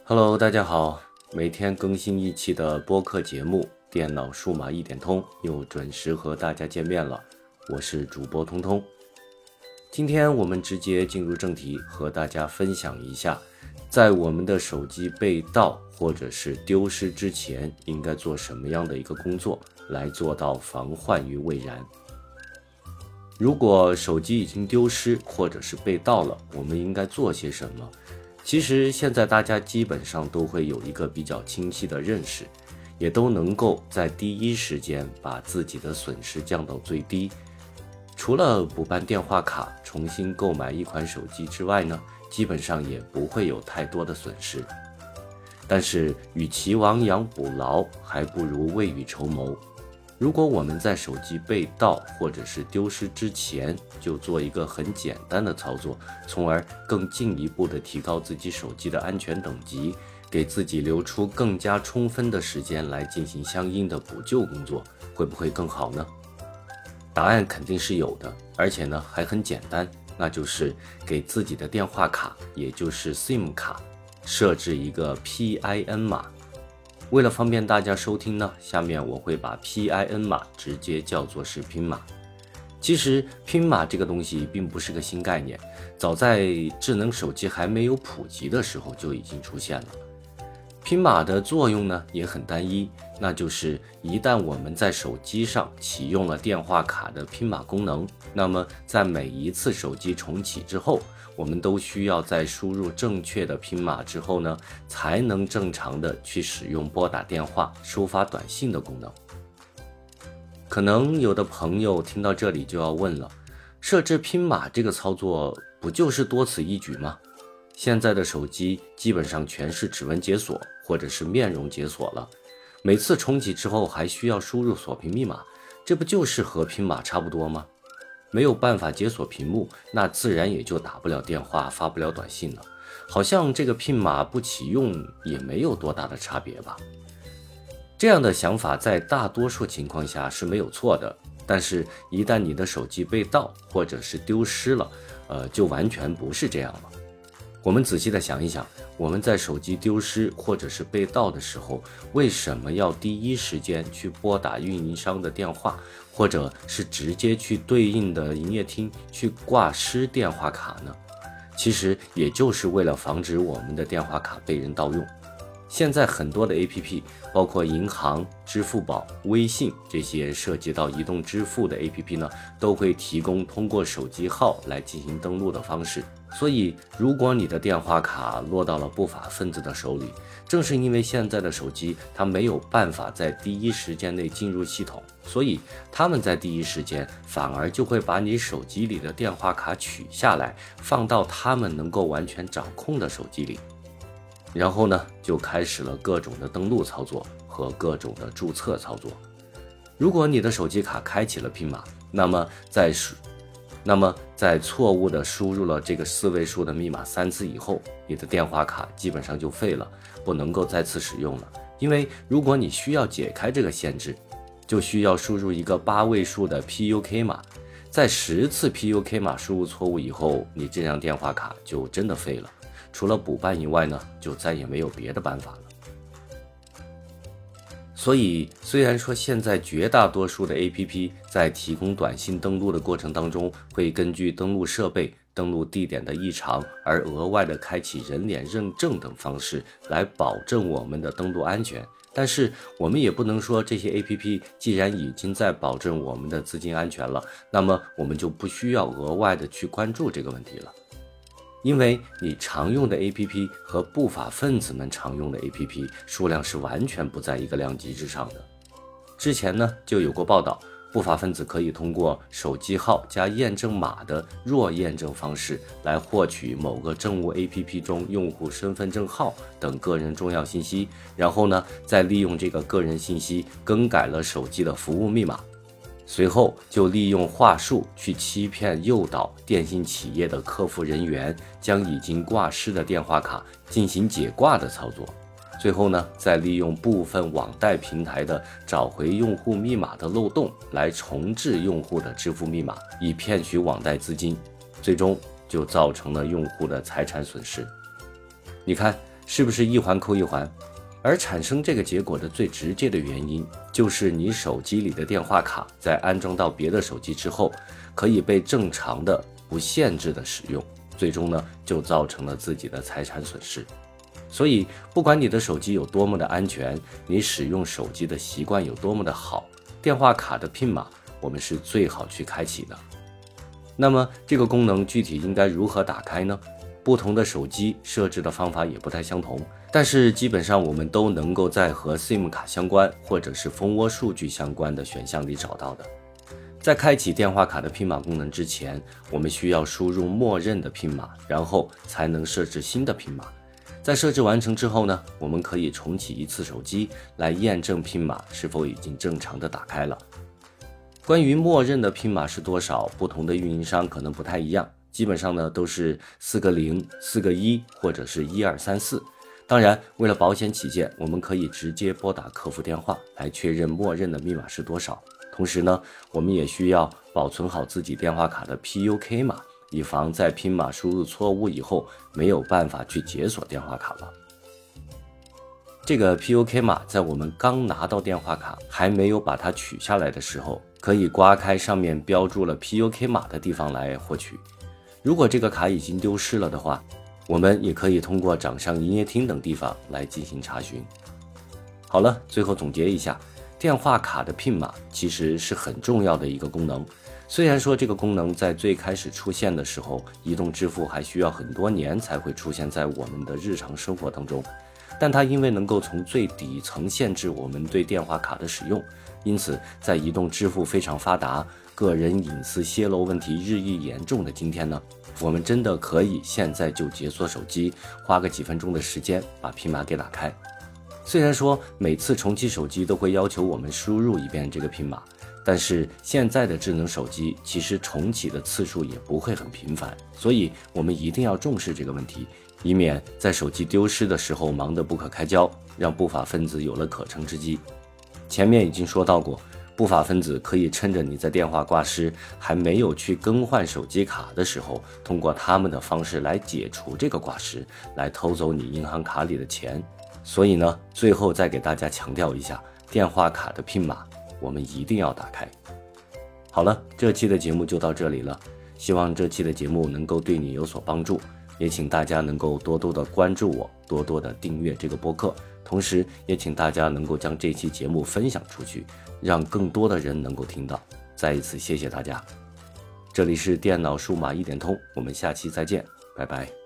Hello，大家好，每天更新一期的播客节目《电脑数码一点通》又准时和大家见面了，我是主播通通。今天我们直接进入正题，和大家分享一下，在我们的手机被盗或者是丢失之前，应该做什么样的一个工作，来做到防患于未然。如果手机已经丢失或者是被盗了，我们应该做些什么？其实现在大家基本上都会有一个比较清晰的认识，也都能够在第一时间把自己的损失降到最低。除了补办电话卡，重新购买一款手机之外呢，基本上也不会有太多的损失。但是与其亡羊补牢，还不如未雨绸缪。如果我们在手机被盗或者是丢失之前就做一个很简单的操作，从而更进一步的提高自己手机的安全等级，给自己留出更加充分的时间来进行相应的补救工作，会不会更好呢？答案肯定是有的，而且呢还很简单，那就是给自己的电话卡，也就是 SIM 卡，设置一个 PIN 码。为了方便大家收听呢，下面我会把 PIN 码直接叫做是PIN码。其实PIN码这个东西并不是个新概念，早在智能手机还没有普及的时候就已经出现了。PIN码的作用呢也很单一，那就是一旦我们在手机上启用了电话卡的PIN码功能，那么在每一次手机重启之后，我们都需要在输入正确的PIN码之后呢，才能正常的去使用拨打电话、收发短信的功能。可能有的朋友听到这里就要问了，设置PIN码这个操作不就是多此一举吗？现在的手机基本上全是指纹解锁或者是面容解锁了，每次重启之后还需要输入锁屏密码，这不就是和PIN码差不多吗？没有办法解锁屏幕，那自然也就打不了电话，发不了短信了。好像这个PIN码不启用也没有多大的差别吧。这样的想法在大多数情况下是没有错的，但是一旦你的手机被盗或者是丢失了，就完全不是这样了。我们仔细的想一想，我们在手机丢失或者是被盗的时候，为什么要第一时间去拨打运营商的电话，或者是直接去对应的营业厅去挂失电话卡呢？其实也就是为了防止我们的电话卡被人盗用。现在很多的 APP， 包括银行、支付宝、微信这些涉及到移动支付的 APP 呢，都会提供通过手机号来进行登录的方式。所以如果你的电话卡落到了不法分子的手里，正是因为现在的手机它没有办法在第一时间内进入系统，所以他们在第一时间反而就会把你手机里的电话卡取下来，放到他们能够完全掌控的手机里。然后呢，就开始了各种的登录操作和各种的注册操作。如果你的手机卡开启了PIN码，那么在错误的输入了这个4位数的密码3次以后，你的电话卡基本上就废了，不能够再次使用了。因为如果你需要解开这个限制，就需要输入一个8位数的 PUK 码，在10次 PUK 码输入错误以后，你这张电话卡就真的废了。除了补办以外呢，就再也没有别的办法了。所以虽然说现在绝大多数的 APP 在提供短信登录的过程当中，会根据登录设备、登录地点的异常而额外的开启人脸认证等方式来保证我们的登录安全，但是我们也不能说这些 APP 既然已经在保证我们的资金安全了，那么我们就不需要额外的去关注这个问题了。因为你常用的 APP 和不法分子们常用的 APP 数量是完全不在一个量级之上的。之前呢就有过报道，不法分子可以通过手机号加验证码的弱验证方式来获取某个政务 APP 中用户身份证号等个人重要信息，然后呢再利用这个个人信息更改了手机的服务密码，随后就利用话术去欺骗诱导电信企业的客服人员，将已经挂失的电话卡进行解挂的操作。最后呢，再利用部分网贷平台的找回用户密码的漏洞来重置用户的支付密码，以骗取网贷资金，最终就造成了用户的财产损失。你看， 是不是一环扣一环？而产生这个结果的最直接的原因，就是你手机里的电话卡在安装到别的手机之后，可以被正常的、不限制的使用，最终呢，就造成了自己的财产损失。所以，不管你的手机有多么的安全，你使用手机的习惯有多么的好，电话卡的PIN码我们是最好去开启的。那么，这个功能具体应该如何打开呢？不同的手机设置的方法也不太相同，但是基本上我们都能够在和 SIM 卡相关或者是蜂窝数据相关的选项里找到的。在开启电话卡的PIN码功能之前，我们需要输入默认的PIN码，然后才能设置新的PIN码。在设置完成之后呢，我们可以重启一次手机来验证PIN码是否已经正常的打开了。关于默认的PIN码是多少，不同的运营商可能不太一样，基本上呢都是4个0、4个1或者是1234。当然，为了保险起见，我们可以直接拨打客服电话来确认默认的密码是多少。同时呢，我们也需要保存好自己电话卡的 PUK 码，以防在PIN码输入错误以后没有办法去解锁电话卡了。这个 PUK 码在我们刚拿到电话卡还没有把它取下来的时候，可以刮开上面标注了 PUK 码的地方来获取。如果这个卡已经丢失了的话，我们也可以通过掌上营业厅等地方来进行查询。好了，最后总结一下，电话卡的PIN码其实是很重要的一个功能。虽然说这个功能在最开始出现的时候，移动支付还需要很多年才会出现在我们的日常生活当中，但它因为能够从最底层限制我们对电话卡的使用，因此在移动支付非常发达、个人隐私泄露问题日益严重的今天呢，我们真的可以现在就解锁手机，花个几分钟的时间把PIN码给打开。虽然说每次重启手机都会要求我们输入一遍这个PIN码，但是现在的智能手机其实重启的次数也不会很频繁，所以我们一定要重视这个问题，以免在手机丢失的时候忙得不可开交，让不法分子有了可乘之机。前面已经说到过，不法分子可以趁着你在电话挂失还没有去更换手机卡的时候，通过他们的方式来解除这个挂失，来偷走你银行卡里的钱。所以呢，最后再给大家强调一下，电话卡的PIN码我们一定要打开。好了，这期的节目就到这里了，希望这期的节目能够对你有所帮助，也请大家能够多多的关注我，多多的订阅这个播客，同时也请大家能够将这期节目分享出去，让更多的人能够听到。再一次谢谢大家。这里是电脑数码一点通，我们下期再见，拜拜。